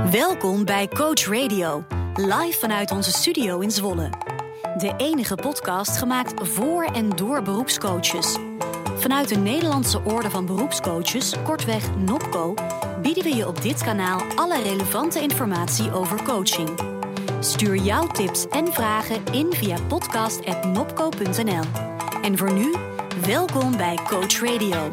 Welkom bij Coach Radio, live vanuit onze studio in Zwolle. De enige podcast gemaakt voor en door beroepscoaches. Vanuit de Nederlandse Orde van Beroepscoaches, kortweg NOBCO, bieden we je op dit kanaal alle relevante informatie over coaching. Stuur jouw tips en vragen in via podcast@nobco.nl. En voor nu, welkom bij Coach Radio.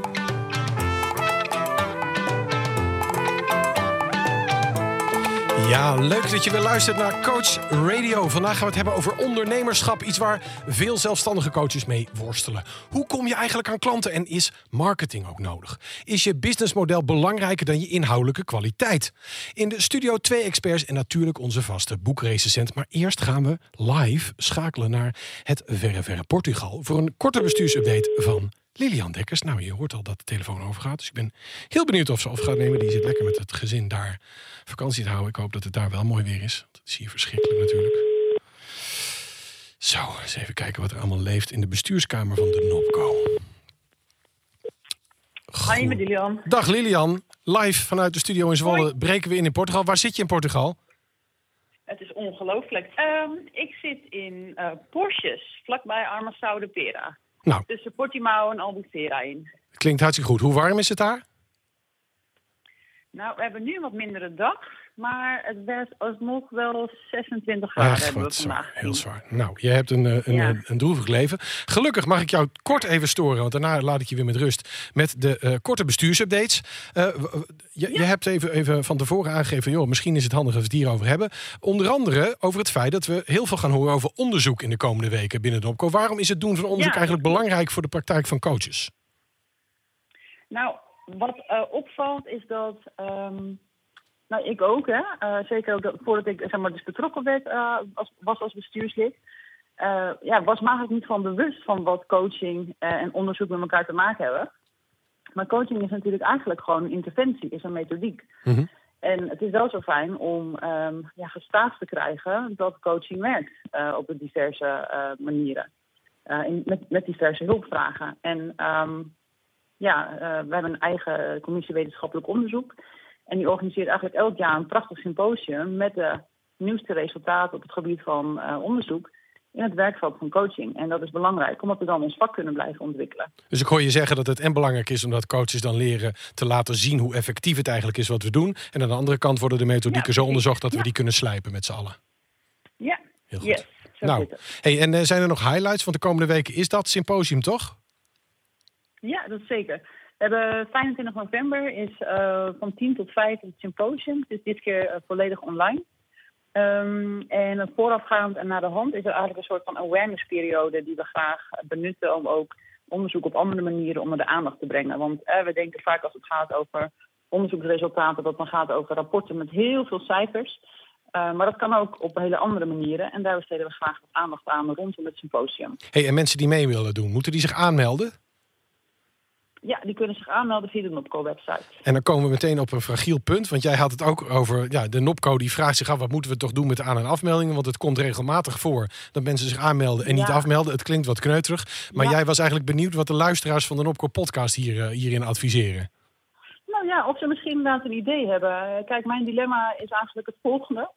Ja, leuk dat je weer luistert naar Coach Radio. Vandaag gaan we het hebben over ondernemerschap. Iets waar veel zelfstandige coaches mee worstelen. Hoe kom je eigenlijk aan klanten en is marketing ook nodig? Is je businessmodel belangrijker dan je inhoudelijke kwaliteit? In de studio 2 experts en natuurlijk onze vaste boekrecensent. Maar eerst gaan we live schakelen naar het verre Portugal voor een korte bestuursupdate van Lilian Dekkers. Nou, je hoort al dat de telefoon overgaat. Dus ik ben heel benieuwd of ze over gaat nemen. Die zit lekker met het gezin daar vakantie te houden. Ik hoop dat het daar wel mooi weer is. Dat is hier verschrikkelijk natuurlijk. Zo, eens even kijken wat er allemaal leeft in de bestuurskamer van de NOBCO. Hi, met Lilian. Dag Lilian. Live vanuit de studio in Zwolle breken we in Portugal. Waar zit je in Portugal? Het is ongelooflijk. Ik zit in Porches, vlakbij Armaçao de Pera. Nou. Tussen Portimao en Albufeira in. Klinkt hartstikke goed. Hoe warm is het daar? Nou, we hebben nu een wat mindere dag, maar het werd alsnog wel 26 graden hebben we vandaag. Heel zwaar. Nou, je hebt een droevig leven. Gelukkig mag ik jou kort even storen, want daarna laat ik je weer met rust met de korte bestuursupdates. Je hebt even van tevoren aangegeven, joh, misschien is het handig als we het hierover hebben. Onder andere over het feit dat we heel veel gaan horen over onderzoek in de komende weken binnen de NOBCO. Waarom is het doen van onderzoek eigenlijk belangrijk voor de praktijk van coaches? Nou, wat opvalt is dat, ik ook, zeker ook voordat ik dus betrokken werd, was als bestuurslid, was me eigenlijk niet van bewust van wat coaching en onderzoek met elkaar te maken hebben. Maar coaching is natuurlijk eigenlijk gewoon een interventie, is een methodiek. Mm-hmm. En het is wel zo fijn om gestaafd te krijgen dat coaching werkt op de diverse manieren. Met diverse hulpvragen. En we hebben een eigen commissie wetenschappelijk onderzoek. En die organiseert eigenlijk elk jaar een prachtig symposium met de nieuwste resultaten op het gebied van onderzoek in het werkveld van coaching. En dat is belangrijk, omdat we dan ons vak kunnen blijven ontwikkelen. Dus ik hoor je zeggen dat het en belangrijk is omdat coaches dan leren te laten zien hoe effectief het eigenlijk is wat we doen. En aan de andere kant worden de methodieken zo onderzocht dat we die kunnen slijpen met z'n allen. Ja, heel goed. Yes, nou, en zijn er nog highlights? Want de komende weken is dat symposium, toch? Ja, dat is zeker. We hebben 25 november is van 10 tot 5 het symposium. Het is dit keer volledig online. En voorafgaand en naar de hand is er eigenlijk een soort van awareness-periode die we graag benutten om ook onderzoek op andere manieren onder de aandacht te brengen. Want we denken vaak als het gaat over onderzoeksresultaten dat het dan gaat over rapporten met heel veel cijfers. Maar dat kan ook op hele andere manieren. En daar besteden we graag wat aandacht aan rondom het symposium. En mensen die mee willen doen, moeten die zich aanmelden? Ja, die kunnen zich aanmelden via de NOBCO-website. En dan komen we meteen op een fragiel punt. Want jij had het ook over, de NOBCO die vraagt zich af, wat moeten we toch doen met de aan- en afmeldingen? Want het komt regelmatig voor dat mensen zich aanmelden en niet afmelden. Het klinkt wat kneuterig. Maar jij was eigenlijk benieuwd wat de luisteraars van de NOBCO-podcast hierin adviseren. Nou ja, of ze misschien inderdaad een idee hebben. Kijk, mijn dilemma is eigenlijk het volgende.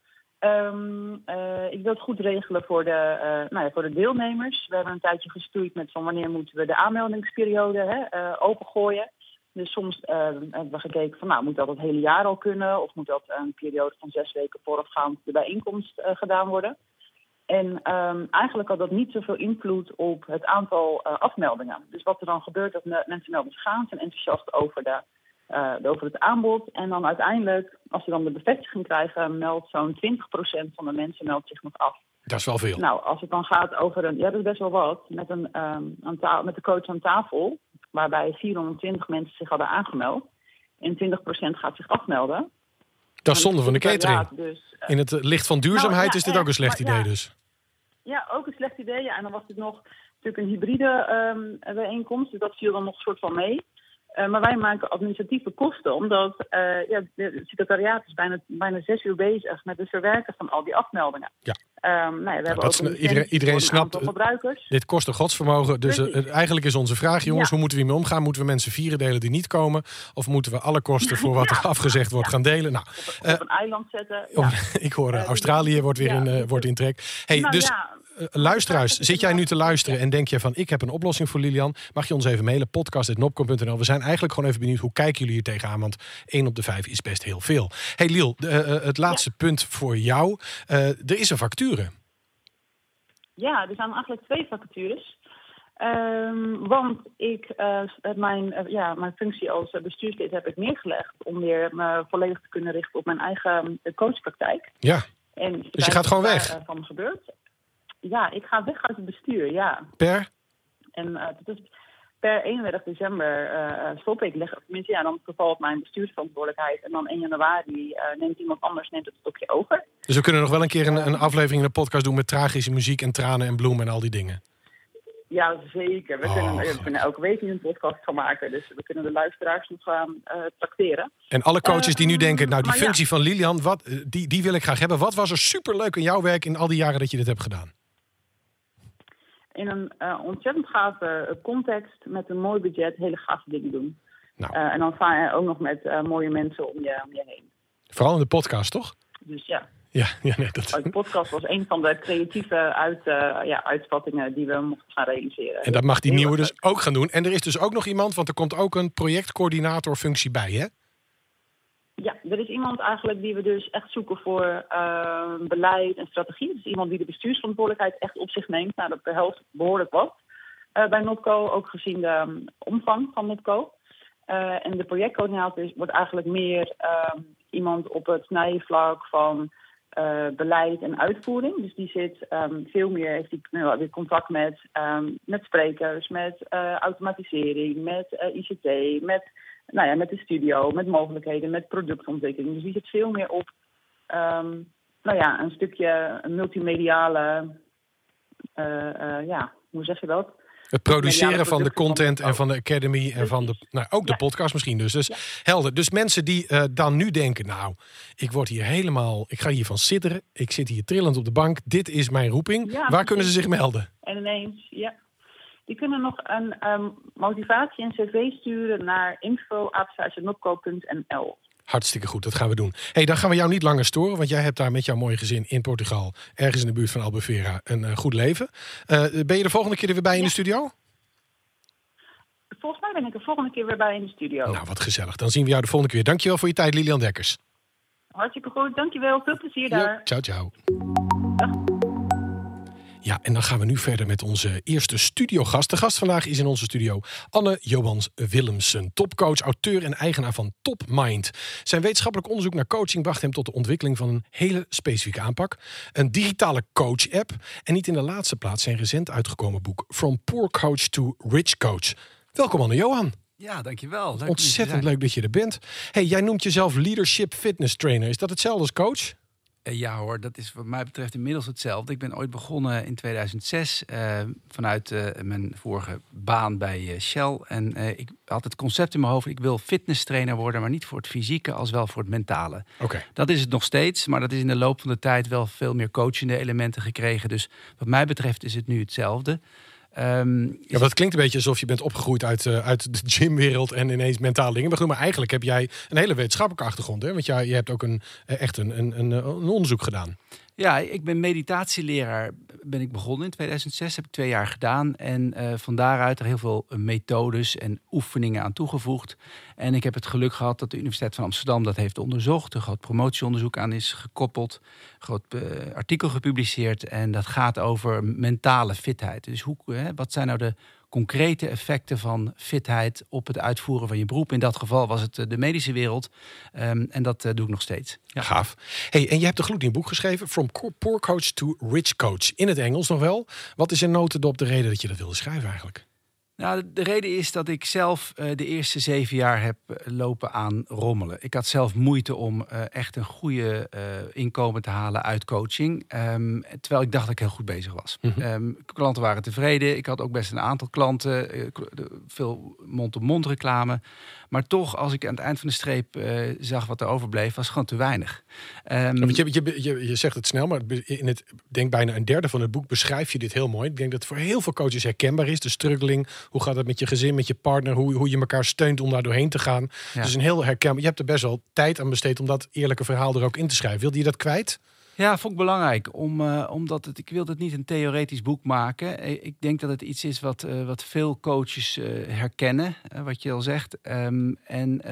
Ik wil het goed regelen voor de deelnemers. We hebben een tijdje gestoeid met van wanneer moeten we de aanmeldingsperiode opengooien. Dus soms hebben we gekeken van moet dat het hele jaar al kunnen? Of moet dat een periode van 6 weken voorafgaand de bijeenkomst gedaan worden? En eigenlijk had dat niet zoveel invloed op het aantal afmeldingen. Dus wat er dan gebeurt, dat mensen melden zich aan, zijn enthousiast over over het aanbod. En dan uiteindelijk, als ze dan de bevestiging krijgen, meldt zo'n 20% van de mensen meldt zich nog af. Dat is wel veel. Nou, als het dan gaat over dat is best wel wat, met de coach aan tafel, waarbij 420 mensen zich hadden aangemeld. En 20% gaat zich afmelden. Dat is zonde van de catering. In het licht van duurzaamheid is dit ook een slecht idee dus. Ja, ook een slecht idee. Ja. En dan was dit nog natuurlijk een hybride bijeenkomst. Dus dat viel dan nog een soort van mee. Maar wij maken administratieve kosten, omdat het secretariaat is bijna 6 uur bezig met het verwerken van al die afmeldingen. Ja. We hebben ook iedereen snapt, gebruikers. Dit kost een godsvermogen. Dus eigenlijk is onze vraag, jongens, hoe moeten we hiermee omgaan? Moeten we mensen 4 delen die niet komen? Of moeten we alle kosten voor wat er afgezegd wordt gaan delen? Nou, op een eiland zetten. Ik hoor Australië wordt weer wordt in trek. Luisteraars, zit jij nu te luisteren en denk je van ik heb een oplossing voor Lilian? Mag je ons even mailen, podcast@nopco.nl. We zijn eigenlijk gewoon even benieuwd, hoe kijken jullie hier tegenaan? Want 1 op de 5 is best heel veel. Hey Liel, het laatste punt voor jou. Er is een vacature. Ja, er zijn eigenlijk 2 vacatures. Want mijn functie als bestuurslid heb ik neergelegd om weer me volledig te kunnen richten op mijn eigen coachpraktijk. Ja, en dus je gaat gewoon weg? Van gebeurt. Ja, ik ga weg uit het bestuur, ja. Per? En per 31 december stop ik. Dan vervalt mijn bestuursverantwoordelijkheid. En dan 1 januari neemt iemand anders het stokje over. Dus we kunnen nog wel een keer een aflevering in de podcast doen met tragische muziek en tranen en bloemen en al die dingen. Ja, zeker. We kunnen elke week een podcast gaan maken. Dus we kunnen de luisteraars nog gaan tracteren. En alle coaches die nu denken, die functie van Lilian, die wil ik graag hebben. Wat was er superleuk in jouw werk in al die jaren dat je dit hebt gedaan? In een ontzettend gave context, met een mooi budget, hele gave dingen doen. Nou. En dan vaar je ook nog met mooie mensen om je heen. Vooral in de podcast, toch? Dus ja. De podcast was een van de creatieve uitspattingen die we mochten gaan realiseren. En dat mag die nieuwe dus ook gaan doen. En er is dus ook nog iemand, want er komt ook een projectcoördinatorfunctie bij, hè? Ja, er is iemand eigenlijk die we dus echt zoeken voor beleid en strategie. Dus iemand die de bestuursverantwoordelijkheid echt op zich neemt. Nou, dat behelst behoorlijk wat bij Nopco, ook gezien de omvang van Nopco. En de projectcoördinator wordt eigenlijk meer iemand op het snijvlak van beleid en uitvoering. Dus die zit veel meer, heeft die weer contact met sprekers, met automatisering, met ICT, met de studio, met mogelijkheden, met productontwikkeling. Dus die zit veel meer op een stukje multimediale, hoe zeg je dat? Het produceren van de content en van de academy en van de podcast misschien dus. Helder. Dus mensen die dan nu denken, ik ga hiervan sidderen. Ik zit hier trillend op de bank. Dit is mijn roeping. Ja, waar kunnen ze zich melden? En ineens, die kunnen nog een motivatie en cv sturen naar info@nopco.nl. Hartstikke goed, dat gaan we doen. Hey, dan gaan we jou niet langer storen, want jij hebt daar met jouw mooie gezin in Portugal, ergens in de buurt van Albufeira, een goed leven. Ben je de volgende keer er weer bij in de studio? Volgens mij ben ik de volgende keer weer bij in de studio. Nou, wat gezellig. Dan zien we jou de volgende keer. Dankjewel voor je tijd, Lilian Dekkers. Hartstikke goed, dankjewel. Veel plezier daar. Ciao, ciao. Dag. Ja, en dan gaan we nu verder met onze eerste studiogast. De gast vandaag is in onze studio Anne Johans Willemsen. Topcoach, auteur en eigenaar van TopMind. Zijn wetenschappelijk onderzoek naar coaching bracht hem tot de ontwikkeling van een hele specifieke aanpak. Een digitale coach-app. En niet in de laatste plaats zijn recent uitgekomen boek From Poor Coach to Rich Coach. Welkom Anne Johan. Ja, dankjewel. Leuk ontzettend leuk dat je er bent. Hey, jij noemt jezelf leadership fitness trainer. Is dat hetzelfde als coach? Ja hoor, dat is wat mij betreft inmiddels hetzelfde. Ik ben ooit begonnen in 2006 vanuit mijn vorige baan bij Shell. En ik had het concept in mijn hoofd, ik wil fitnesstrainer worden, maar niet voor het fysieke als wel voor het mentale. Okay. Dat is het nog steeds, maar dat is in de loop van de tijd wel veel meer coachende elementen gekregen. Dus wat mij betreft is het nu hetzelfde. Dat klinkt een beetje alsof je bent opgegroeid uit de gymwereld en ineens mentale dingen. Maar eigenlijk heb jij een hele wetenschappelijke achtergrond, hè? Want je hebt ook echt een onderzoek gedaan. Ja, ik ben meditatieleraar. Ben ik begonnen in 2006, heb ik 2 jaar gedaan. En van daaruit er heel veel methodes en oefeningen aan toegevoegd. En ik heb het geluk gehad dat de Universiteit van Amsterdam dat heeft onderzocht. Een groot promotieonderzoek aan is gekoppeld. Een groot artikel gepubliceerd. En dat gaat over mentale fitheid. Dus wat zijn nou de concrete effecten van fitheid op het uitvoeren van je beroep? In dat geval was het de medische wereld. En dat doe ik nog steeds. Ja. Gaaf. Hey, en je hebt een gloednieuw boek geschreven. From Poor Coach to Rich Coach. In het Engels nog wel. Wat is in notendop de reden dat je dat wilde schrijven eigenlijk? Nou, de reden is dat ik zelf de eerste 7 jaar heb lopen aan rommelen. Ik had zelf moeite om echt een goede inkomen te halen uit coaching. Terwijl ik dacht dat ik heel goed bezig was. Mm-hmm. Klanten waren tevreden. Ik had ook best een aantal klanten. Veel mond-op-mond reclame. Maar toch, als ik aan het eind van de streep zag wat er overbleef, was gewoon te weinig. Want je zegt het snel, maar denk bijna een derde van het boek beschrijf je dit heel mooi. Ik denk dat het voor heel veel coaches herkenbaar is. De struggling, hoe gaat het met je gezin, met je partner, hoe je elkaar steunt om daar doorheen te gaan. Ja. Dus een heel herkenbaar. Je hebt er best wel tijd aan besteed om dat eerlijke verhaal er ook in te schrijven. Wilde je dat kwijt? Ja, vond ik belangrijk. Omdat ik wilde het niet een theoretisch boek maken. Ik denk dat het iets is wat veel coaches herkennen, wat je al zegt. En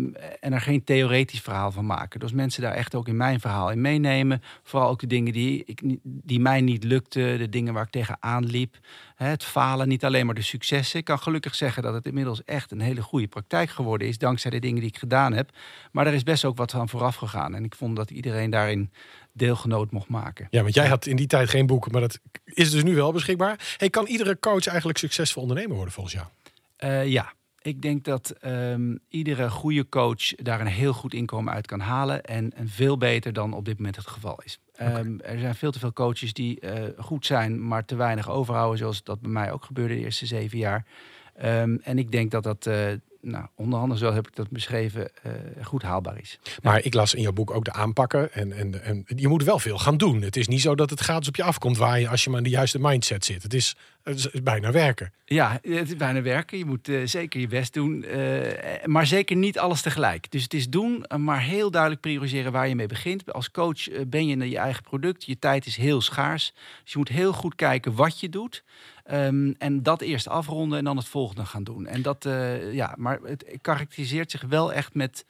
er geen theoretisch verhaal van maken. Dus mensen daar echt ook in mijn verhaal in meenemen. Vooral ook de dingen die mij niet lukten. De dingen waar ik tegenaan liep. Het falen, niet alleen maar de successen. Ik kan gelukkig zeggen dat het inmiddels echt een hele goede praktijk geworden is. Dankzij de dingen die ik gedaan heb. Maar er is best ook wat aan vooraf gegaan. En ik vond dat iedereen daarin deelgenoot mocht maken. Ja, want jij had in die tijd geen boek, maar dat is dus nu wel beschikbaar. Hey, kan iedere coach eigenlijk succesvol ondernemer worden volgens jou? Ja, ik denk dat iedere goede coach daar een heel goed inkomen uit kan halen. En veel beter dan op dit moment het geval is. Okay. Er zijn veel te veel coaches die goed zijn, maar te weinig overhouden. Zoals dat bij mij ook gebeurde de eerste 7 jaar. En ik denk dat onder andere, zo heb ik dat beschreven, goed haalbaar is. Maar ik las in jouw boek ook de aanpakken. En je moet wel veel gaan doen. Het is niet zo dat het gratis op je afkomt waaien als je maar in de juiste mindset zit. Het is bijna werken. Ja, het is bijna werken. Je moet zeker je best doen. Maar zeker niet alles tegelijk. Dus het is doen, maar heel duidelijk prioriseren waar je mee begint. Als coach ben je in je eigen product. Je tijd is heel schaars. Dus je moet heel goed kijken wat je doet. En dat eerst afronden en dan het volgende gaan doen. En dat, maar het karakteriseert zich wel echt met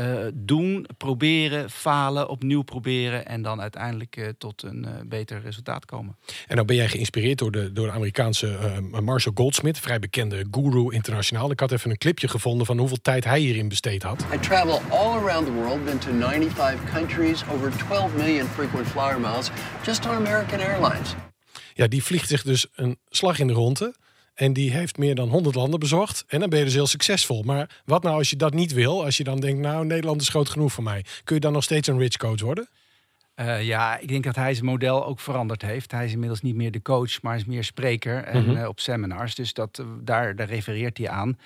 doen, proberen, falen, opnieuw proberen en dan uiteindelijk tot een beter resultaat komen. En dan ben jij geïnspireerd door de Amerikaanse Marshall Goldsmith, vrij bekende guru internationaal. Ik had even een clipje gevonden van hoeveel tijd hij hierin besteed had. I travel all around the world, been to 95 countries, over 12 million frequent flyer miles, just on American Airlines. Ja, die vliegt zich dus een slag in de ronde. En die heeft meer dan 100 landen bezocht. En dan ben je dus heel succesvol. Maar wat nou als je dat niet wil? Als je dan denkt, nou, Nederland is groot genoeg voor mij. Kun je dan nog steeds een rich coach worden? Ik denk dat hij zijn model ook veranderd heeft. Hij is inmiddels niet meer de coach, maar is meer spreker en op seminars. Dus daar refereert hij aan.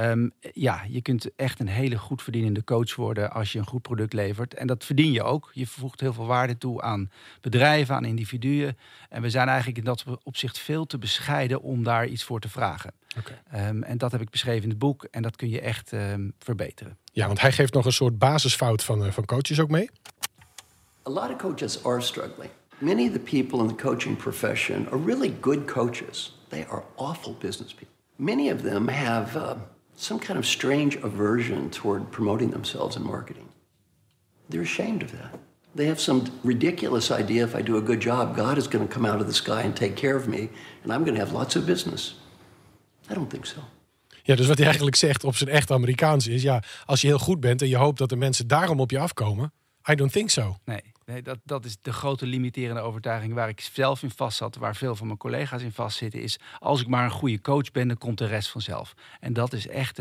Je kunt echt een hele goed verdienende coach worden als je een goed product levert. En dat verdien je ook. Je voegt heel veel waarde toe aan bedrijven, aan individuen. En we zijn eigenlijk in dat opzicht veel te bescheiden om daar iets voor te vragen. Okay. En dat heb ik beschreven in het boek. En dat kun je echt verbeteren. Ja, want hij geeft nog een soort basisfout van coaches ook mee. A lot of coaches are struggling. Many of the people in the coaching profession are really good coaches. They are awful business people. Many of them have some kind of strange aversion toward promoting themselves in marketing. They're ashamed of that. They have some ridiculous idea, if I do a good job, God is going to come out of the sky and take care of me, and I'm going to have lots of business. I don't think so. Ja, dus wat hij eigenlijk zegt op zijn echt Amerikaans is, ja, als je heel goed bent en je hoopt dat de mensen daarom op je afkomen, I don't think so. Nee, dat is de grote limiterende overtuiging waar ik zelf in vast zat, waar veel van mijn collega's in vastzitten, is als ik maar een goede coach ben, dan komt de rest vanzelf. En dat is echt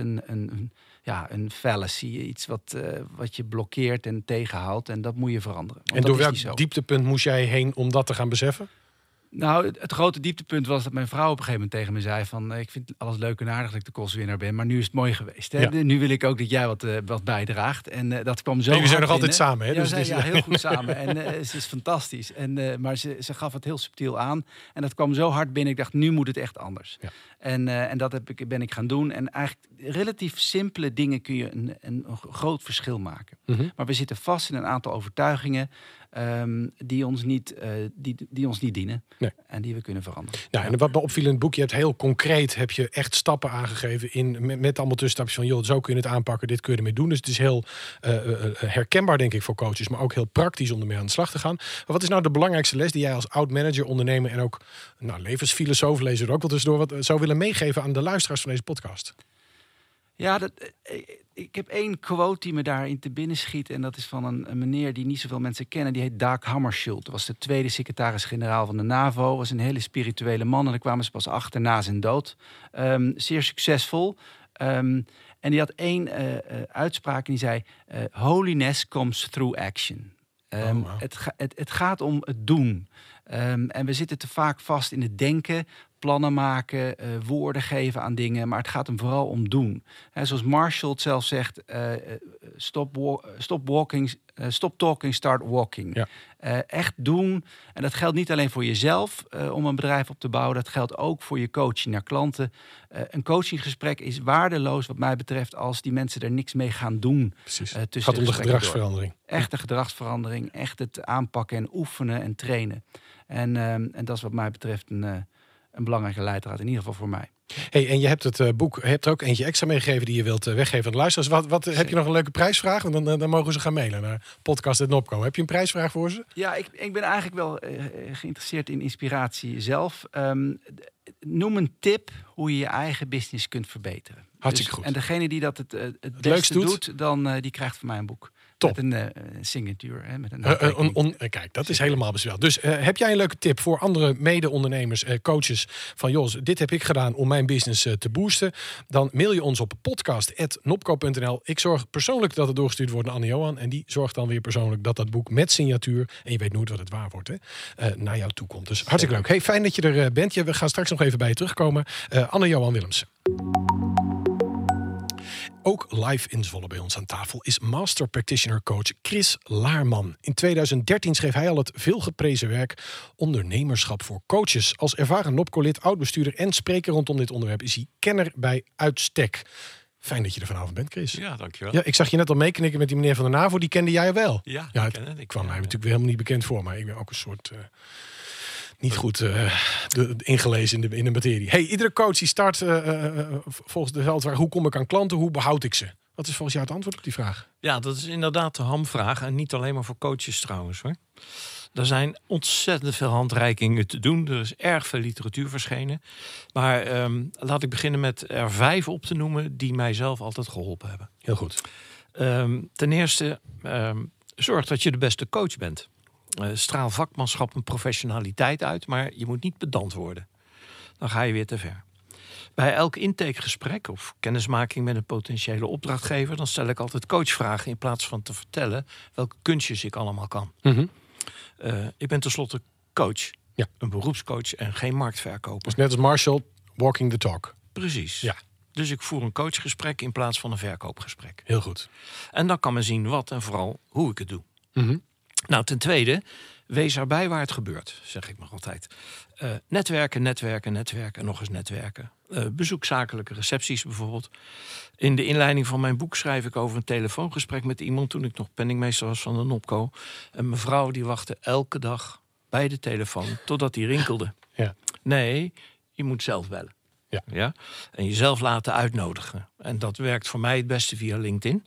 een fallacy, iets wat je blokkeert en tegenhoudt en dat moet je veranderen. En door welk dieptepunt moest jij heen om dat te gaan beseffen? Nou, het grote dieptepunt was dat mijn vrouw op een gegeven moment tegen me zei van, ik vind alles leuk en aardig dat ik de kostwinnaar ben, maar nu is het mooi geweest. Hè? Ja. Nu wil ik ook dat jij wat bijdraagt. En dat kwam zo hard. We zijn nog altijd samen, hè? Ja, dus heel goed samen. En ze is fantastisch. Maar ze gaf het heel subtiel aan. En dat kwam zo hard binnen. Ik dacht, nu moet het echt anders. Ja. En dat ben ik gaan doen. En eigenlijk relatief simpele dingen kun je een groot verschil maken. Mm-hmm. Maar we zitten vast in een aantal overtuigingen die ons niet dienen. Nee. En die we kunnen veranderen. Ja, en wat me opviel in het boek, je hebt heel concreet echt stappen aangegeven met allemaal tussenstapjes van, joh, zo kun je het aanpakken, dit kun je ermee doen. Dus het is heel herkenbaar, denk ik, voor coaches, maar ook heel praktisch om ermee aan de slag te gaan. Maar wat is nou de belangrijkste les die jij als oud-manager, ondernemer en ook levensfilosoof, lezer er ook wel tussendoor, wat zou willen meegeven aan de luisteraars van deze podcast? Ja, ik heb 1 quote die me daarin te binnen schiet. En dat is van een meneer die niet zoveel mensen kennen. Die heet Dag Hammarskjöld. Dat was de 2e secretaris-generaal van de NAVO. Was een hele spirituele man. En daar kwamen ze pas achter na zijn dood. Zeer succesvol. En die had 1 uitspraak en die zei, holiness comes through action. Het gaat om het doen. En we zitten te vaak vast in het denken, plannen maken, woorden geven aan dingen. Maar het gaat hem vooral om doen. Zoals Marshall het zelf zegt, stop talking, start walking. Ja. Echt doen. En dat geldt niet alleen voor jezelf om een bedrijf op te bouwen. Dat geldt ook voor je coaching naar klanten. Een coachinggesprek is waardeloos wat mij betreft als die mensen er niks mee gaan doen. Precies. Tussen Het gaat om de gedragsverandering. Echte gedragsverandering, echt het aanpakken en oefenen en trainen. En dat is wat mij betreft een belangrijke leidraad, in ieder geval voor mij. Hey, en je hebt het boek, je hebt er ook eentje extra meegegeven die je wilt weggeven aan de luisteraars. Wat heb je nog een leuke prijsvraag? Want dan mogen ze gaan mailen naar podcast@nopco. Heb je een prijsvraag voor ze? Ja, ik ben eigenlijk wel geïnteresseerd in inspiratie zelf. Noem een tip hoe je je eigen business kunt verbeteren. Hartstikke goed. En degene die dat het beste doet, dan die krijgt van mij een boek. Top. Met een signatuur. Met een kijk, dat is helemaal bezweld. Dus heb jij een leuke tip voor andere mede-ondernemers, coaches van Jos, dit heb ik gedaan om mijn business te boosten? Dan mail je ons op podcast@nopco.nl. Ik zorg persoonlijk dat het doorgestuurd wordt naar Anne-Johan. En die zorgt dan weer persoonlijk dat boek met signatuur, en je weet nooit wat het waar wordt, naar jou toe komt. Dus hartstikke leuk. Hey, fijn dat je er bent. We gaan straks nog even bij je terugkomen. Anne-Johan Willemsen. Ook live in Zwolle bij ons aan tafel is Master Practitioner Coach Chris Laarman. In 2013 schreef hij al het veelgeprezen werk Ondernemerschap voor Coaches. Als ervaren Nopco-lid, oud-bestuurder en spreker rondom dit onderwerp is hij kenner bij uitstek. Fijn dat je er vanavond bent, Chris. Ja, dankjewel. Ja, ik zag je net al meeknikken met die meneer van der Navo. Die kende jij wel. Ja, ik kwam mij natuurlijk weer helemaal niet bekend voor. Maar ik ben ook een soort niet goed ingelezen in de materie. Hey, iedere coach die start volgens dezelfde vraag. Hoe kom ik aan klanten? Hoe behoud ik ze? Wat is volgens jou het antwoord op die vraag? Ja, dat is inderdaad de hamvraag. En niet alleen maar voor coaches trouwens, hoor. Er zijn ontzettend veel handreikingen te doen. Er is erg veel literatuur verschenen. Maar laat ik beginnen met er 5 op te noemen die mij zelf altijd geholpen hebben. Heel goed. Ten eerste, zorg dat je de beste coach bent. Straal vakmanschap en professionaliteit uit, maar je moet niet pedant worden. Dan ga je weer te ver. Bij elk intakegesprek of kennismaking met een potentiële opdrachtgever, dan stel ik altijd coachvragen in plaats van te vertellen welke kunstjes ik allemaal kan. Mm-hmm. Ik ben tenslotte coach. Ja. Een beroepscoach en geen marktverkoper. Dus net als Marshall, walking the talk. Precies. Ja. Dus ik voer een coachgesprek in plaats van een verkoopgesprek. Heel goed. En dan kan men zien wat en vooral hoe ik het doe. Mm-hmm. Nou, ten tweede, wees erbij waar het gebeurt, zeg ik maar altijd. Netwerken en nog eens netwerken. Bezoek zakelijke recepties bijvoorbeeld. In de inleiding van mijn boek schrijf ik over een telefoongesprek met iemand toen ik nog penningmeester was van de Nopco. Een mevrouw die wachtte elke dag bij de telefoon totdat die rinkelde. Ja. Nee, je moet zelf bellen. Ja? En jezelf laten uitnodigen. En dat werkt voor mij het beste via LinkedIn.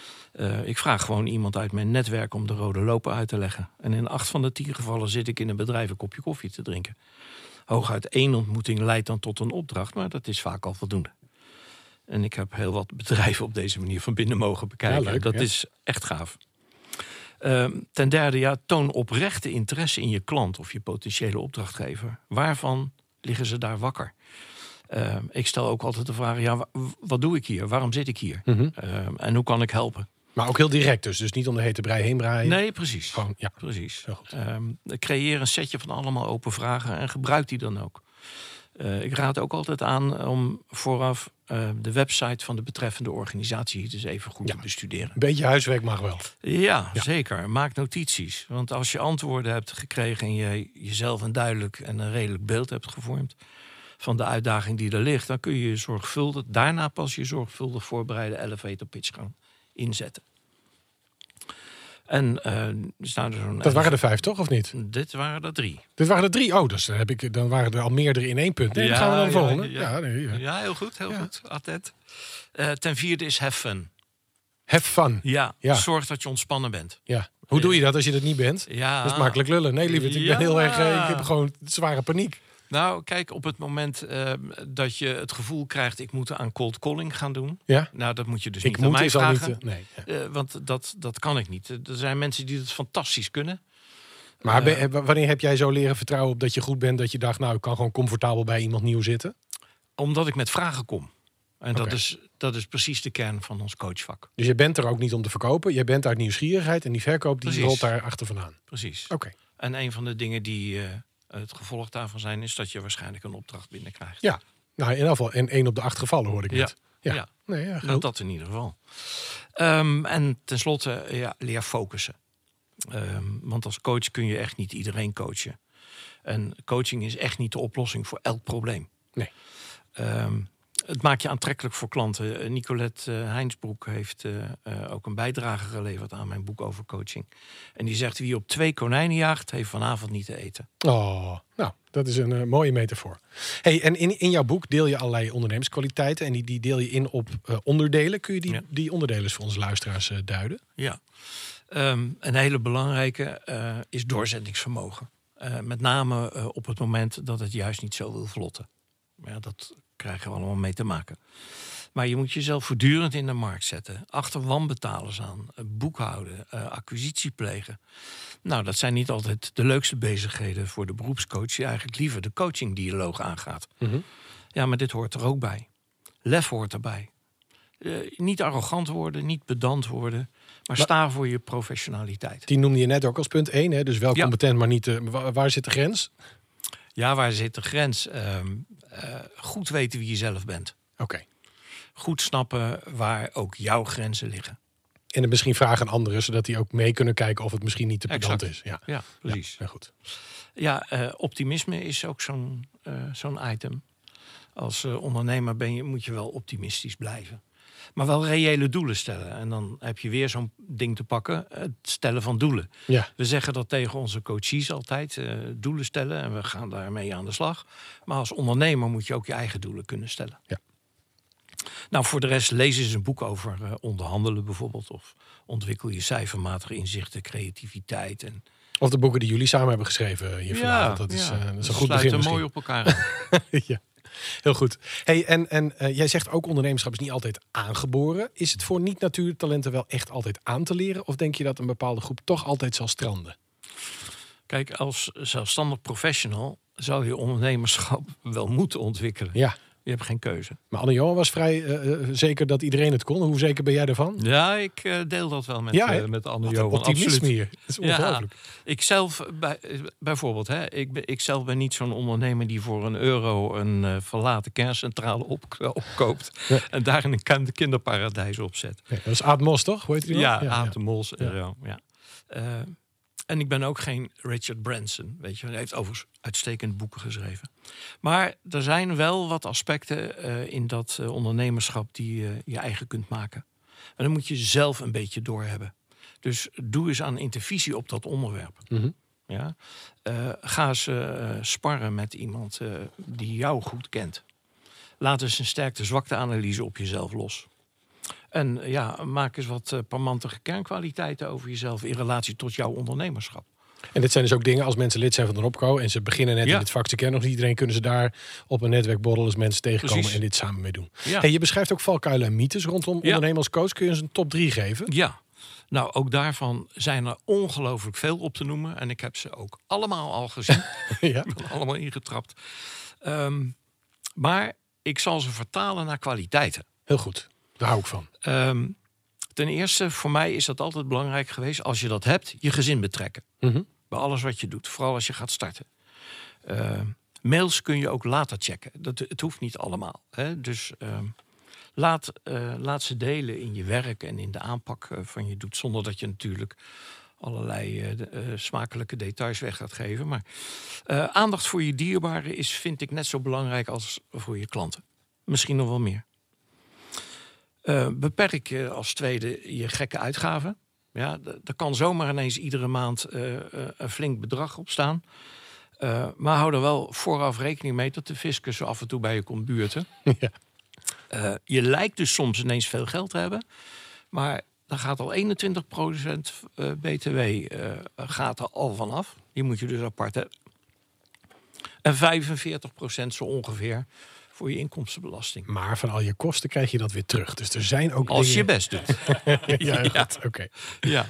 Ik vraag gewoon iemand uit mijn netwerk om de rode loper uit te leggen. En in 8 van de 10 gevallen zit ik in een bedrijf een kopje koffie te drinken. Hooguit 1 ontmoeting leidt dan tot een opdracht, maar dat is vaak al voldoende. En ik heb heel wat bedrijven op deze manier van binnen mogen bekijken. Ja, leuk, dat is echt gaaf. Ten derde, toon oprechte interesse in je klant of je potentiële opdrachtgever. Waarvan liggen ze daar wakker? Ik stel ook altijd de vraag, wat doe ik hier? Waarom zit ik hier? Mm-hmm. En hoe kan ik helpen? Maar ook heel direct dus niet om de hete brei heen braaien. Nee, precies. Gewoon, ja. Precies. Heel goed. Creëer een setje van allemaal open vragen en gebruik die dan ook. Ik raad ook altijd aan om vooraf de website van de betreffende organisatie dus even goed te bestuderen. Een beetje huiswerk mag wel. Ja, zeker. Maak notities. Want als je antwoorden hebt gekregen en je jezelf een duidelijk en een redelijk beeld hebt gevormd van de uitdaging die er ligt, dan kun je daarna pas je zorgvuldig voorbereide elevator pitch gaan inzetten. En dat waren er 5, toch? Of niet? Dit waren er 3. Dit waren er 3. Oh, dus dan waren er al meerdere in 1 punt. Nee, dan gaan we naar de volgende. Ja, heel goed. Heel goed. Attent. Ten vierde is have fun. Have fun. Ja, zorg dat je ontspannen bent. Ja. Hoe doe je dat als je dat niet bent? Ja. Dat is makkelijk lullen. Nee, lieverd, ik ben heel erg. Ik heb gewoon zware paniek. Nou, kijk, op het moment dat je het gevoel krijgt, ik moet aan cold calling gaan doen. Ja? Nou, dat moet je dus ik niet aan mij vragen. Nee. Want dat kan ik niet. Er zijn mensen die het fantastisch kunnen. Maar wanneer heb jij zo leren vertrouwen op dat je goed bent, dat je dacht, nou, ik kan gewoon comfortabel bij iemand nieuw zitten? Omdat ik met vragen kom. En dat is precies de kern van ons coachvak. Dus je bent er ook niet om te verkopen. Je bent uit nieuwsgierigheid en die verkoop die rolt daar achter vandaan. Precies. Oké. En een van de dingen die Het gevolg daarvan zijn is dat je waarschijnlijk een opdracht binnenkrijgt. Ja, nou in ieder geval in 1 op de 8 gevallen hoorde ik net. Ja. Nee, ja, Nou, dat in ieder geval. En tenslotte, leer focussen. Want als coach kun je echt niet iedereen coachen. En coaching is echt niet de oplossing voor elk probleem. Nee. Het maakt je aantrekkelijk voor klanten. Nicolette Heinsbroek heeft ook een bijdrage geleverd aan mijn boek over coaching. En die zegt, wie op 2 konijnen jaagt, heeft vanavond niet te eten. Oh, nou, dat is een mooie metafoor. Hey, en in jouw boek deel je allerlei ondernemerskwaliteiten. En die deel je in op onderdelen. Kun je die onderdelen eens voor onze luisteraars duiden? Ja. Een hele belangrijke is doorzettingsvermogen. Met name op het moment dat het juist niet zo wil vlotten. Ja, dat krijgen we allemaal mee te maken. Maar je moet jezelf voortdurend in de markt zetten. Achter wanbetalers aan, boekhouden, acquisitie plegen. Nou, dat zijn niet altijd de leukste bezigheden voor de beroepscoach... die eigenlijk liever de coachingdialoog aangaat. Mm-hmm. Ja, maar dit hoort er ook bij. Lef hoort erbij. Niet arrogant worden, niet pedant worden... maar sta voor je professionaliteit. Die noemde je net ook als punt 1, hè? Dus wel competent, maar niet... waar zit de grens? Ja, waar zit de grens? Goed weten wie je zelf bent. Oké. Goed snappen waar ook jouw grenzen liggen. En het misschien vragen aan anderen, zodat die ook mee kunnen kijken of het misschien niet te pedant is. Ja, precies. Ja, goed. Ja, optimisme is ook zo'n item. Als ondernemer moet je wel optimistisch blijven. Maar wel reële doelen stellen. En dan heb je weer zo'n ding te pakken. Het stellen van doelen. Ja. We zeggen dat tegen onze coaches altijd. Doelen stellen en we gaan daarmee aan de slag. Maar als ondernemer moet je ook je eigen doelen kunnen stellen. Ja. Nou, voor de rest lees eens een boek over onderhandelen bijvoorbeeld. Of ontwikkel je cijfermatige inzichten, creativiteit. Of de boeken die jullie samen hebben geschreven hier vanavond. Dat is een goed begin misschien. Mooi op elkaar aan. Ja. Heel goed. Hey, en jij zegt ook ondernemerschap is niet altijd aangeboren. Is het voor niet-natuurtalenten wel echt altijd aan te leren? Of denk je dat een bepaalde groep toch altijd zal stranden? Kijk, als zelfstandig professional zou je ondernemerschap wel moeten ontwikkelen. Ja. Je hebt geen keuze. Maar Anne-Johan was vrij zeker dat iedereen het kon. Hoe zeker ben jij ervan? Ja, ik deel dat wel met Anne-Johan. Optimisme hier. Dat is ongelooflijk. Ja, ik zelf, bijvoorbeeld, ik zelf ben niet zo'n ondernemer die voor €1 een verlaten kerncentrale opkoopt. Ja. En daar een kinderparadijs opzet. Ja, dat is Aad Mos, toch? Hoe heet die ja, Aad de Mos. Ja. En ik ben ook geen Richard Branson, weet je. Hij heeft overigens uitstekende boeken geschreven. Maar er zijn wel wat aspecten in dat ondernemerschap die je eigen kunt maken. En dan moet je zelf een beetje doorhebben. Dus doe eens aan intervisie op dat onderwerp. Mm-hmm. Ja? Ga eens sparren met iemand die jou goed kent. Laat eens een sterkte-zwakte-analyse op jezelf los. En maak eens wat parmantige kernkwaliteiten over jezelf in relatie tot jouw ondernemerschap. En dit zijn dus ook dingen als mensen lid zijn van de Robco en ze beginnen net in het vak. Ze kennen nog niet iedereen, kunnen ze daar op een netwerkborrel eens mensen tegenkomen en dit samen mee doen. Ja. Hey, je beschrijft ook valkuilen en mythes rondom ondernemen als coach. Kun je eens een top 3 geven? Ja, nou ook daarvan zijn er ongelooflijk veel op te noemen. En ik heb ze ook allemaal al gezien. Ik ben allemaal ingetrapt. Maar ik zal ze vertalen naar kwaliteiten. Heel goed. Daar hou ik van. Ten eerste, voor mij is dat altijd belangrijk geweest... als je dat hebt, je gezin betrekken. Mm-hmm. Bij alles wat je doet. Vooral als je gaat starten. Mails kun je ook later checken. Het hoeft niet allemaal. Hè? Dus laat ze delen in je werk en in de aanpak van je doet. Zonder dat je natuurlijk allerlei smakelijke details weg gaat geven. Maar aandacht voor je dierbaren vind ik net zo belangrijk als voor je klanten. Misschien nog wel meer. Beperk als tweede je gekke uitgaven. Ja, er kan zomaar ineens iedere maand een flink bedrag op staan. Maar hou er wel vooraf rekening mee dat de fiscus af en toe bij je komt buurten. Ja. Je lijkt dus soms ineens veel geld te hebben. Maar dan gaat al 21% BTW gaat er al vanaf. Die moet je dus apart hebben. En 45% zo ongeveer voor je inkomstenbelasting. Maar van al je kosten krijg je dat weer terug. Dus er zijn ook als dingen... je best doet. Goed. Oké. Ja.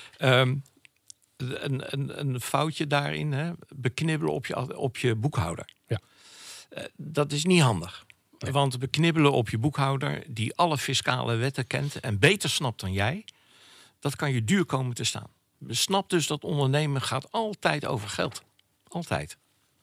Een foutje daarin, hè? Beknibbelen op je boekhouder. Ja. Dat is niet handig. Nee. Want beknibbelen op je boekhouder... die alle fiscale wetten kent en beter snapt dan jij... dat kan je duur komen te staan. Snap dus dat ondernemen gaat altijd over geld. Altijd.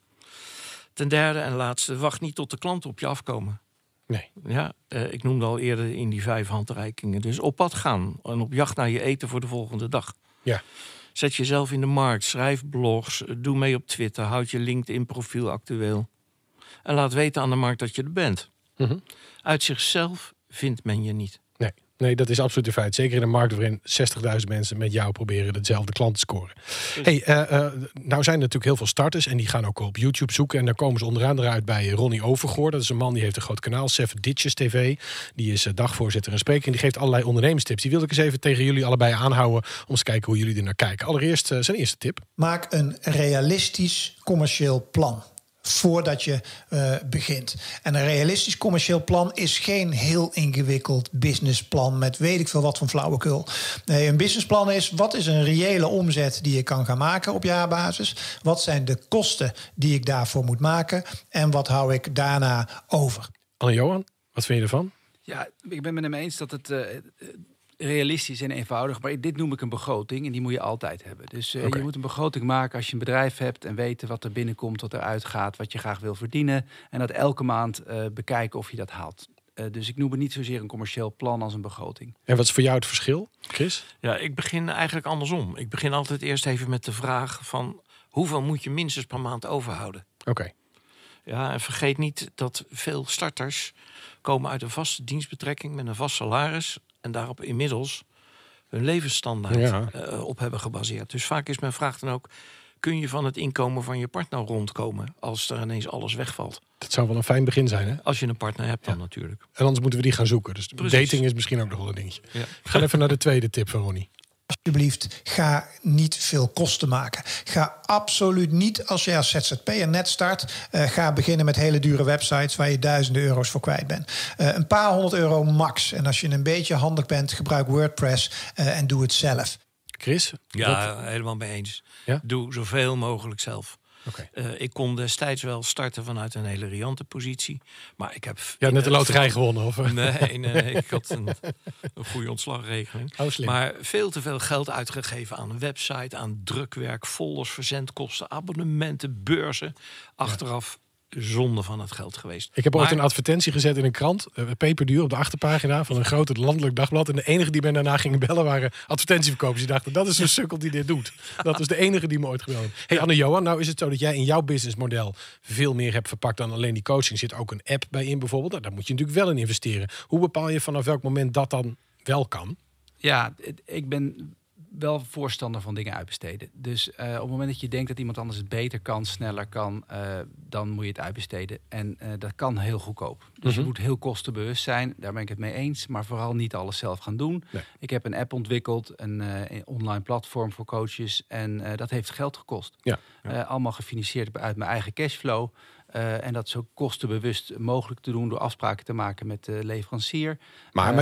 Ten derde en laatste, wacht niet tot de klanten op je afkomen. Nee. Ja, ik noemde al eerder in die 5 handreikingen. Dus op pad gaan en op jacht naar je eten voor de volgende dag. Ja. Zet jezelf in de markt, schrijf blogs, doe mee op Twitter, houd je LinkedIn-profiel actueel. En laat weten aan de markt dat je er bent. Mm-hmm. Uit zichzelf vindt men je niet. Nee, dat is absoluut een feit. Zeker in een markt waarin 60.000 mensen met jou proberen hetzelfde klant te scoren. Nou zijn er natuurlijk heel veel starters en die gaan ook op YouTube zoeken. En daar komen ze onder andere uit bij Ronnie Overgoor. Dat is een man die heeft een groot kanaal, 7 Ditches TV. Die is dagvoorzitter en spreker en die geeft allerlei ondernemerstips. Die wilde ik eens even tegen jullie allebei aanhouden om eens te kijken hoe jullie er naar kijken. Allereerst zijn eerste tip. Maak een realistisch commercieel plan voordat je begint. En een realistisch commercieel plan is geen heel ingewikkeld businessplan met weet ik veel wat van flauwekul. Nee, een businessplan is, wat is een reële omzet die ik kan gaan maken op jaarbasis? Wat zijn de kosten die ik daarvoor moet maken? En wat hou ik daarna over? Anne-Johan, wat vind je ervan? Ja, ik ben met hem eens dat het realistisch en eenvoudig. Maar dit noem ik een begroting en die moet je altijd hebben. Dus je moet een begroting maken als je een bedrijf hebt en weten wat er binnenkomt, wat eruit gaat, wat je graag wil verdienen. En dat elke maand bekijken of je dat haalt. Dus ik noem het niet zozeer een commercieel plan als een begroting. En wat is voor jou het verschil, Chris? Ja, ik begin eigenlijk andersom. Ik begin altijd eerst even met de vraag van hoeveel moet je minstens per maand overhouden? Oké. Ja, en vergeet niet dat veel starters komen uit een vaste dienstbetrekking met een vast salaris en daarop inmiddels hun levensstandaard op hebben gebaseerd. Dus vaak is mijn vraag dan ook, kun je van het inkomen van je partner rondkomen als er ineens alles wegvalt? Dat zou wel een fijn begin zijn, hè? Als je een partner hebt dan natuurlijk. En anders moeten we die gaan zoeken. Dus dating is misschien ook nog wel een dingetje. Ja. We gaan even naar de tweede tip van Ronnie. Alsjeblieft, ga niet veel kosten maken. Ga absoluut niet, als je als ZZP'er net start, ga beginnen met hele dure websites waar je duizenden euro's voor kwijt bent. Een paar €100 max. En als je een beetje handig bent, gebruik WordPress en doe het zelf. Chris? Ja, helemaal mee eens. Ja? Doe zoveel mogelijk zelf. Okay. Ik kon destijds wel starten vanuit een hele riante positie. Maar ik heb... Ja, net de loterij gewonnen? Of? Nee, ik had een goede ontslagregeling. Maar veel te veel geld uitgegeven aan een website, aan drukwerk, folders, verzendkosten, abonnementen, beurzen. Achteraf zonde van het geld geweest. Ik heb ooit een advertentie gezet in een krant, peperduur op de achterpagina van een groot landelijk dagblad. En de enige die mij daarna gingen bellen waren advertentieverkopers. Die dachten, dat is een sukkel die dit doet. Dat was de enige die me ooit gebeld heeft. Hey Anne-Johan, nou is het zo dat jij in jouw businessmodel veel meer hebt verpakt dan alleen die coaching. Zit ook een app bij in bijvoorbeeld. Daar moet je natuurlijk wel in investeren. Hoe bepaal je vanaf welk moment dat dan wel kan? Ja, ik ben wel voorstander van dingen uitbesteden. Dus op het moment dat je denkt dat iemand anders het beter kan, sneller kan, dan moet je het uitbesteden. En dat kan heel goedkoop. Dus je moet heel kostenbewust zijn. Daar ben ik het mee eens. Maar vooral niet alles zelf gaan doen. Nee. Ik heb een app ontwikkeld, een online platform voor coaches. En dat heeft geld gekost. Ja. Allemaal gefinancierd uit mijn eigen cashflow. En dat zo kostenbewust mogelijk te doen door afspraken te maken met de leverancier. Maar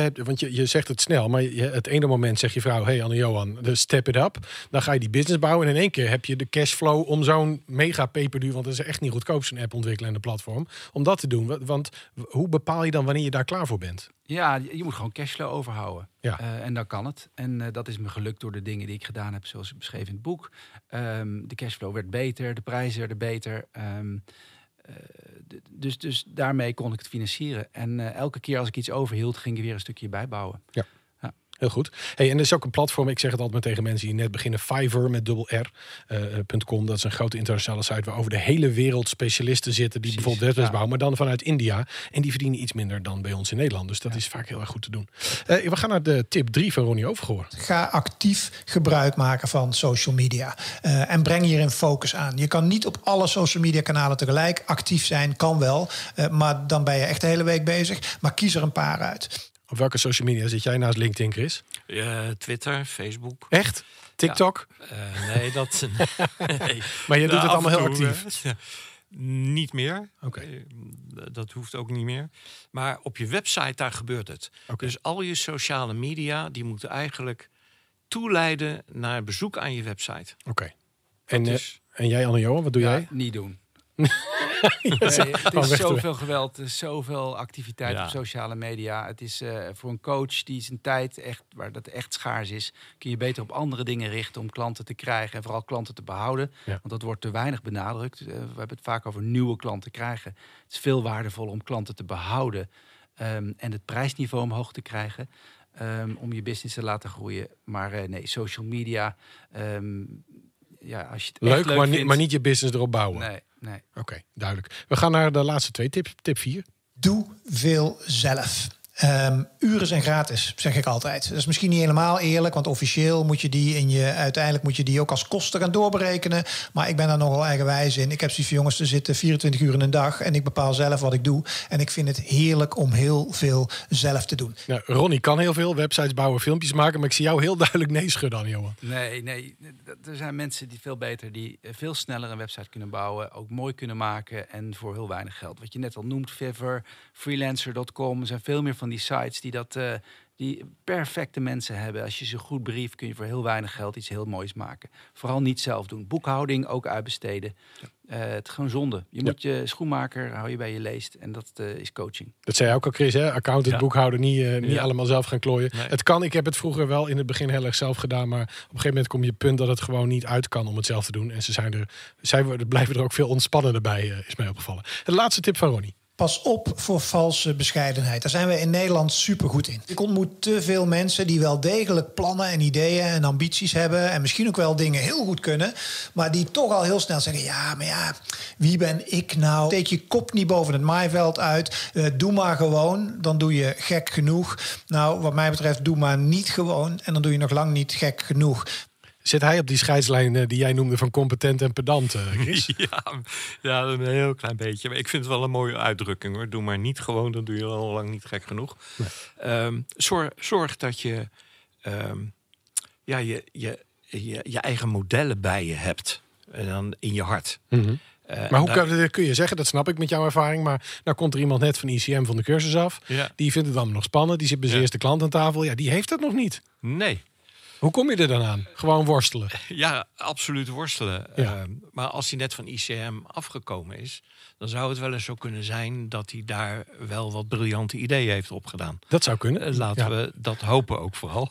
je zegt het snel, maar het ene moment zegt je vrouw, hey Anne-Johan, step it up. Dan ga je die business bouwen en in één keer heb je de cashflow om zo'n mega peperduur, want dat is echt niet goedkoop zo'n app ontwikkelen en de platform, om dat te doen. Want hoe bepaal je dan wanneer je daar klaar voor bent? Ja, je moet gewoon cashflow overhouden. Ja. En dan kan het. En dat is me gelukt door de dingen die ik gedaan heb, zoals ik beschreef in het boek. De cashflow werd beter, de prijzen werden beter. Dus daarmee kon ik het financieren. En elke keer als ik iets overhield, ging ik weer een stukje bijbouwen. Ja. Heel goed. Hey, en er is ook een platform, ik zeg het altijd maar tegen mensen die net beginnen, Fiverr met .com. Dat is een grote internationale site waar over de hele wereld specialisten zitten die bijvoorbeeld websites bouwen, maar dan vanuit India. En die verdienen iets minder dan bij ons in Nederland. Dus dat is vaak heel erg goed te doen. We gaan naar de tip 3 van Ronnie Overgoor. Ga actief gebruik maken van social media. En breng hierin focus aan. Je kan niet op alle social media kanalen tegelijk actief zijn. Kan wel. Maar dan ben je echt de hele week bezig. Maar kies er een paar uit. Op welke social media zit jij naast LinkedIn, Chris? Twitter, Facebook. Echt? TikTok? Ja. Nee, dat... nee. Maar je doet het allemaal heel actief? Niet meer. Okay. Dat hoeft ook niet meer. Maar op je website, daar gebeurt het. Okay. Dus al je sociale media, die moeten eigenlijk toeleiden naar bezoek aan je website. Oké. En jij, Anne-Johan, wat doe jij? Niet doen. Het is zoveel geweld, zoveel activiteit op sociale media. Het is voor een coach die zijn tijd waar dat echt schaars is, kun je beter op andere dingen richten om klanten te krijgen en vooral klanten te behouden. Ja. Want dat wordt te weinig benadrukt. We hebben het vaak over nieuwe klanten krijgen. Het is veel waardevoller om klanten te behouden en het prijsniveau omhoog te krijgen. Om je business te laten groeien. Maar nee, social media. Als je het leuk, echt vindt, maar niet je business erop bouwen. Nee. Oké, duidelijk. We gaan naar de laatste 2. Tip 4. Doe veel zelf. Uren zijn gratis, zeg ik altijd. Dat is misschien niet helemaal eerlijk, want officieel moet je die uiteindelijk moet je die ook als kosten gaan doorberekenen. Maar ik ben daar nogal eigenwijs in. Ik heb zoiets van jongens, er zitten 24 uur in een dag en ik bepaal zelf wat ik doe. En ik vind het heerlijk om heel veel zelf te doen. Nou, Ronnie kan heel veel, websites bouwen, filmpjes maken, maar ik zie jou heel duidelijk nee schudden aan, Johan. Nee. Er zijn mensen die veel beter, die veel sneller een website kunnen bouwen, ook mooi kunnen maken en voor heel weinig geld. Wat je net al noemt, Fiverr, freelancer.com, er zijn veel meer van die sites die perfecte mensen hebben. Als je ze goed brieft, kun je voor heel weinig geld iets heel moois maken. Vooral niet zelf doen. Boekhouding ook uitbesteden. Het is gewoon zonde. Je moet je schoenmaker, hou je bij je leest. En dat is coaching. Dat zei ook al, Chris, hè? Accountant, boekhouder, niet allemaal zelf gaan klooien. Nee. Het kan, ik heb het vroeger wel in het begin heel erg zelf gedaan, maar op een gegeven moment kom je het punt dat het gewoon niet uit kan om het zelf te doen. En zij blijven er ook veel ontspannender bij, is mij opgevallen. De laatste tip van Ronnie. Pas op voor valse bescheidenheid. Daar zijn we in Nederland supergoed in. Ik ontmoet te veel mensen die wel degelijk plannen en ideeën en ambities hebben en misschien ook wel dingen heel goed kunnen, maar die toch al heel snel zeggen, wie ben ik nou? Steek je kop niet boven het maaiveld uit. Doe maar gewoon, dan doe je gek genoeg. Nou, wat mij betreft, doe maar niet gewoon en dan doe je nog lang niet gek genoeg. Zit hij op die scheidslijn die jij noemde van competent en pedant, Chris? Ja, een heel klein beetje. Maar ik vind het wel een mooie uitdrukking, hoor. Doe maar niet gewoon, dan doe je al lang niet gek genoeg. Nee. Zorg dat je je eigen modellen bij je hebt. En dan in je hart. Mm-hmm. Maar hoe kun je zeggen, dat snap ik met jouw ervaring, maar nou komt er iemand net van ICM van de cursus af. Ja. Die vindt het allemaal nog spannend. Die zit bij zijn eerste klant aan tafel. Ja, die heeft dat nog niet. Nee. Hoe kom je er dan aan? Gewoon worstelen? Ja, absoluut worstelen. Ja. Maar als hij net van ICM afgekomen is, dan zou het wel eens zo kunnen zijn dat hij daar wel wat briljante ideeën heeft opgedaan. Dat zou kunnen. Laten we dat hopen ook vooral.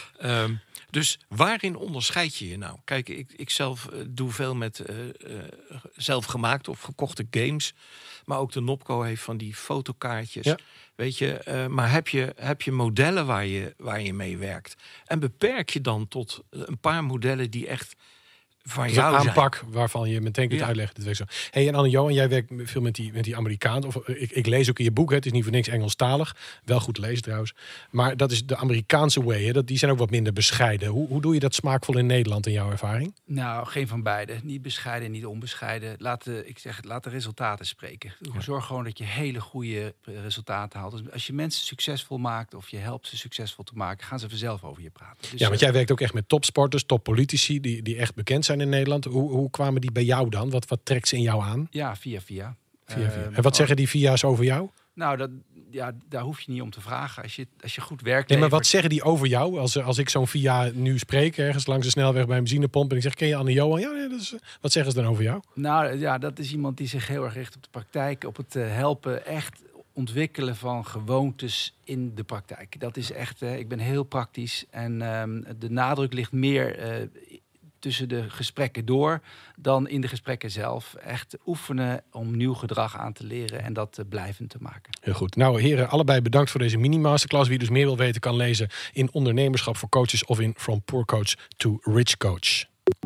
Dus waarin onderscheid je je nou? Kijk, ik zelf doe veel met zelfgemaakte of gekochte games. Maar ook de Nopco heeft van die fotokaartjes. Ja. Weet je, maar heb je modellen waar je mee werkt? En beperk je dan tot een paar modellen die echt van dus jou een aanpak waarvan je meteen kunt uitleggen. Dat werkt zo. Hey, en Anne-Johan, jij werkt veel met die Amerikaan. Of ik lees ook in je boek, hè. Het is niet voor niks Engelstalig. Wel goed te lezen trouwens. Maar dat is de Amerikaanse way. Hè. Die zijn ook wat minder bescheiden. Hoe doe je dat smaakvol in Nederland in jouw ervaring? Nou, geen van beide. Niet bescheiden, niet onbescheiden. Laat de resultaten spreken. Zorg gewoon dat je hele goede resultaten haalt. Dus als je mensen succesvol maakt of je helpt ze succesvol te maken, gaan ze vanzelf over je praten. Dus, want jij werkt ook echt met topsporters, toppolitici die echt bekend zijn in Nederland. Hoe kwamen die bij jou dan? Wat trekt ze in jou aan? Ja, via. En wat zeggen die via's over jou? Nou, daar hoef je niet om te vragen. Als je goed werkt. Nee, maar wat zeggen die over jou? Als ik zo'n via nu spreek, ergens langs de snelweg bij een benzinepomp en ik zeg, ken je Anne-Johan? Ja, wat zeggen ze dan over jou? Nou ja, dat is iemand die zich heel erg richt op de praktijk, op het helpen, echt ontwikkelen van gewoontes in de praktijk. Dat is echt, ik ben heel praktisch en de nadruk ligt meer tussen de gesprekken door dan in de gesprekken zelf. Echt oefenen om nieuw gedrag aan te leren en dat blijvend te maken. Heel goed. Nou heren, allebei bedankt voor deze mini-masterclass. Wie dus meer wil weten kan lezen in Ondernemerschap voor Coaches of in From Poor Coach to Rich Coach.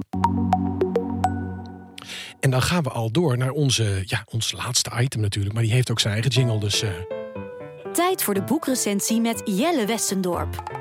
En dan gaan we al door naar ons laatste item natuurlijk. Maar die heeft ook zijn eigen jingle, dus Tijd voor de boekrecensie met Jelle Westendorp.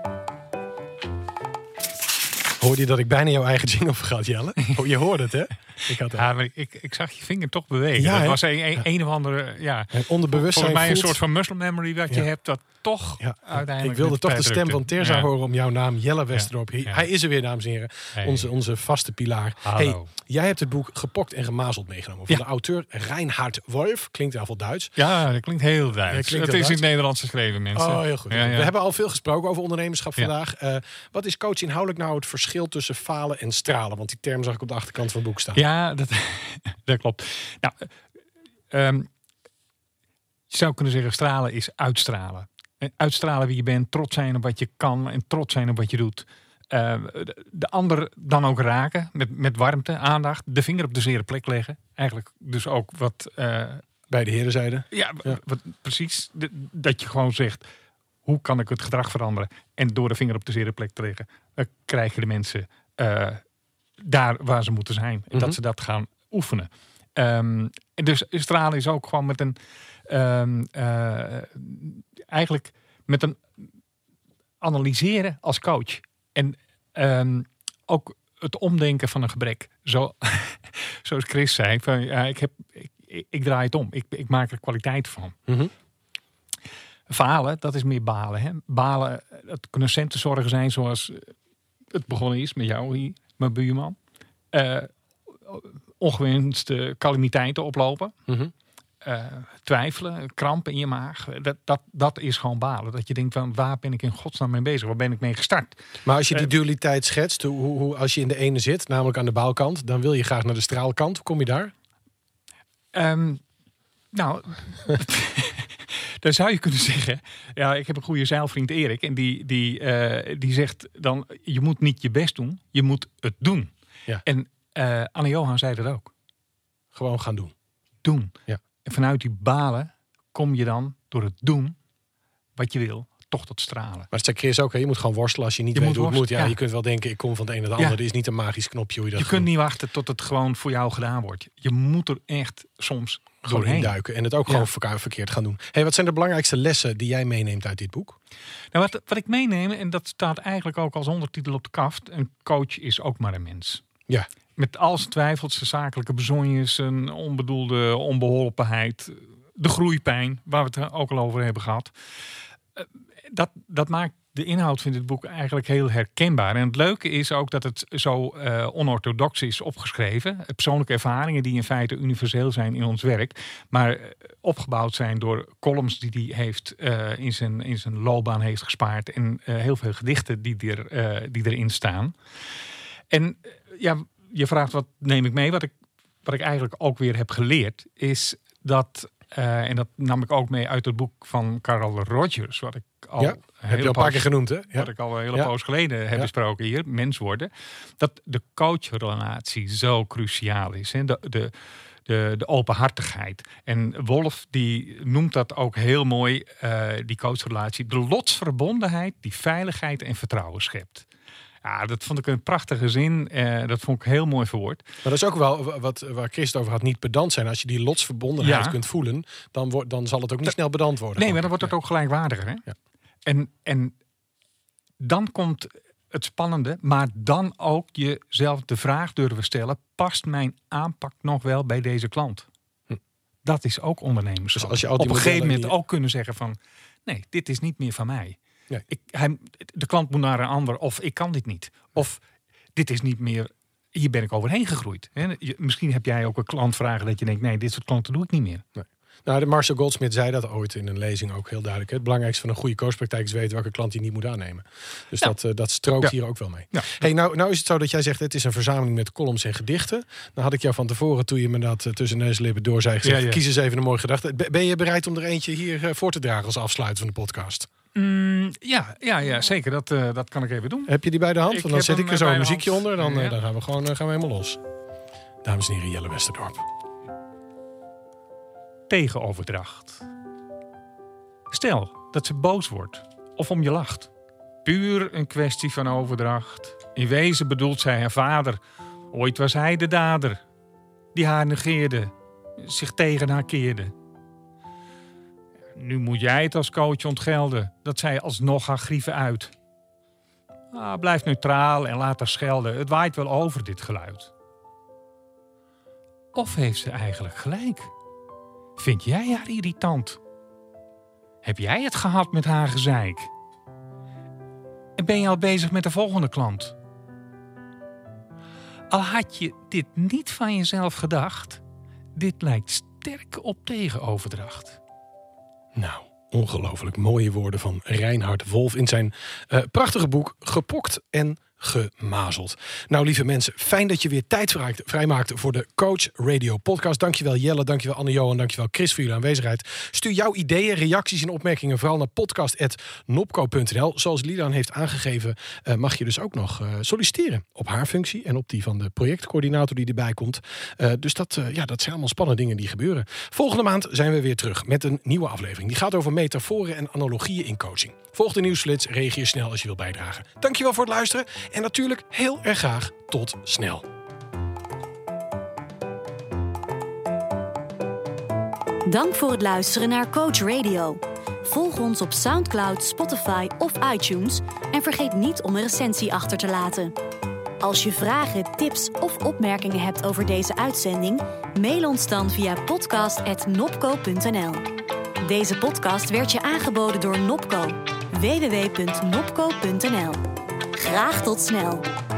Hoorde je dat ik bijna jouw eigen jingle vergat, Jelle? Je hoorde het, hè? Maar ik zag je vinger toch bewegen. Ja, dat was een of andere... Ja, onderbewustzijn volgens mij een soort van muscle memory dat je hebt, dat toch uiteindelijk... Ik wilde toch de stem van Terza horen om jouw naam, Jelle Westendorp. Hij is er weer, dames en heren. Hey. Onze vaste pilaar. Hey, jij hebt het boek Gepokt en Gemazeld meegenomen. Van de auteur Reinhard Wolf. Klinkt in ieder geval Duits. Ja, dat klinkt heel Duits. Het is in het Nederlands geschreven, mensen. Oh, heel goed. Ja. We hebben al veel gesproken over ondernemerschap vandaag. Wat is coach inhoudelijk nou het verschil tussen falen en stralen? Want die term zag ik op de achterkant van het boek staan. Ja, dat klopt. Nou, je zou kunnen zeggen, stralen is uitstralen. En uitstralen wie je bent, trots zijn op wat je kan en trots zijn op wat je doet. De ander dan ook raken met warmte, aandacht, de vinger op de zere plek leggen. Eigenlijk dus ook wat... bij de heren zeiden. Ja, precies. Dat je gewoon zegt, hoe kan ik het gedrag veranderen? En door de vinger op de zere plek te leggen, krijg je de mensen daar waar ze moeten zijn. En dat ze dat gaan oefenen. En dus stralen is ook gewoon met een... eigenlijk met een analyseren als coach. En ook het omdenken van een gebrek. Zoals Chris zei, van, ik draai het om. Ik maak er kwaliteit van. Falen, dat is meer balen. Hè? Balen, dat kunnen centenzorgen zijn zoals het begonnen is met jou hier, mijn buurman. Ongewenste calamiteiten oplopen. Twijfelen, krampen in je maag. Dat is gewoon balen. Dat je denkt van, waar ben ik in godsnaam mee bezig? Waar ben ik mee gestart? Maar als je die dualiteit schetst, als je in de ene zit, namelijk aan de baalkant, dan wil je graag naar de straalkant. Hoe kom je daar? Dan zou je kunnen zeggen, ja, ik heb een goede zeilvriend Erik en die zegt dan, je moet niet je best doen, je moet het doen. Ja. En Anne Johan zei dat ook. Gewoon gaan doen. Doen. Ja. En vanuit die balen kom je dan door het doen wat je wil, toch tot stralen. Maar het zei Chris ook, hè? Je moet gewoon worstelen als je niet weet hoe het moet. Ja, je kunt wel denken, ik kom van het een naar het ander. Er is niet een magisch knopje hoe je dat Je kunt niet wachten tot het gewoon voor jou gedaan wordt. Je moet er echt soms gewoon induiken en het ook gewoon verkeerd gaan doen. Hey, wat zijn de belangrijkste lessen die jij meeneemt uit dit boek? Nou, wat ik meeneem, en dat staat eigenlijk ook als ondertitel op de kaft, een coach is ook maar een mens. Ja. Met al zijn twijfels, zijn zakelijke bezonjes, zijn onbedoelde onbeholpenheid, de groeipijn, waar we het ook al over hebben gehad. Dat maakt de inhoud van dit boek eigenlijk heel herkenbaar. En het leuke is ook dat het zo onorthodox is opgeschreven. Persoonlijke ervaringen die in feite universeel zijn in ons werk. Maar opgebouwd zijn door columns die hij heeft in zijn loopbaan heeft gespaard. En heel veel gedichten die erin staan. En je vraagt wat neem ik mee. Wat ik eigenlijk ook weer heb geleerd is dat... en dat nam ik ook mee uit het boek van Carl Rogers. Wat ik al heb je al een paar keer genoemd, hè? Ja. Wat ik al een hele poos geleden heb besproken hier. Mens worden. Dat de coachrelatie zo cruciaal is. Hè? De openhartigheid. En Wolf die noemt dat ook heel mooi. Die coachrelatie. De lotsverbondenheid die veiligheid en vertrouwen schept. Ja, dat vond ik een prachtige zin. Dat vond ik heel mooi verwoord. Maar dat is ook wel waar Chris het over had, niet pedant zijn. Als je die lotsverbondenheid kunt voelen, dan zal het ook niet snel pedant worden. Nee, maar dan wordt het ook gelijkwaardiger. Hè? Ja. En dan komt het spannende, maar dan ook jezelf de vraag durven stellen, past mijn aanpak nog wel bij deze klant? Dat is ook ondernemerschap. Dus als je op een gegeven moment ook kunnen zeggen van, nee, dit is niet meer van mij. Nee. De klant moet naar een ander, of ik kan dit niet. Of dit is niet meer, hier ben ik overheen gegroeid. Misschien heb jij ook een klantvragen dat je denkt, nee, dit soort klanten doe ik niet meer. Nee. Nou, de Marshall Goldsmith zei dat ooit in een lezing ook heel duidelijk. Het belangrijkste van een goede coachpraktijk is weten welke klant je niet moet aannemen. Dus dat strookt hier ook wel mee. Ja. Hey, nou is het zo dat jij zegt, het is een verzameling met columns en gedichten. Nou had ik jou van tevoren, toen je me dat tussen neus en lippen door zei, gezegd, kies eens even een mooie gedachte. Ben je bereid om er eentje hier voor te dragen als afsluiter van de podcast? Ja, zeker. Dat kan ik even doen. Heb je die bij de hand? Want dan zet ik er zo een muziekje onder. Dan gaan we helemaal los. Dames en heren, Jelle Westerdorp. Tegenoverdracht. Stel dat ze boos wordt of om je lacht. Puur een kwestie van overdracht. In wezen bedoelt zij haar vader. Ooit was hij de dader. Die haar negeerde. Zich tegen haar keerde. Nu moet jij het als coach ontgelden. Dat zij alsnog haar grieven uit. Blijf neutraal en laat haar schelden. Het waait wel over dit geluid. Of heeft ze eigenlijk gelijk? Vind jij haar irritant? Heb jij het gehad met haar gezeik? En ben je al bezig met de volgende klant? Al had je dit niet van jezelf gedacht, dit lijkt sterk op tegenoverdracht. Nou, ongelooflijk mooie woorden van Reinhard Wolf in zijn prachtige boek Gepokt en gemazeld. Nou, lieve mensen, fijn dat je weer tijd vrijmaakt voor de Coach Radio podcast. Dankjewel Jelle, dankjewel Anne-Johan, dankjewel Chris voor jullie aanwezigheid. Stuur jouw ideeën, reacties en opmerkingen vooral naar podcast@nopco.nl. Zoals Lidan heeft aangegeven, mag je dus ook nog solliciteren op haar functie en op die van de projectcoördinator die erbij komt. Dus dat zijn allemaal spannende dingen die gebeuren. Volgende maand zijn we weer terug met een nieuwe aflevering. Die gaat over metaforen en analogieën in coaching. Volg de nieuwsflits, reageer snel als je wil bijdragen. Dankjewel voor het luisteren en natuurlijk heel erg graag tot snel. Dank voor het luisteren naar Coach Radio. Volg ons op SoundCloud, Spotify of iTunes en vergeet niet om een recensie achter te laten. Als je vragen, tips of opmerkingen hebt over deze uitzending, mail ons dan via podcast@nopco.nl. Deze podcast werd je aangeboden door Nopco. www.nopco.nl. Graag tot snel.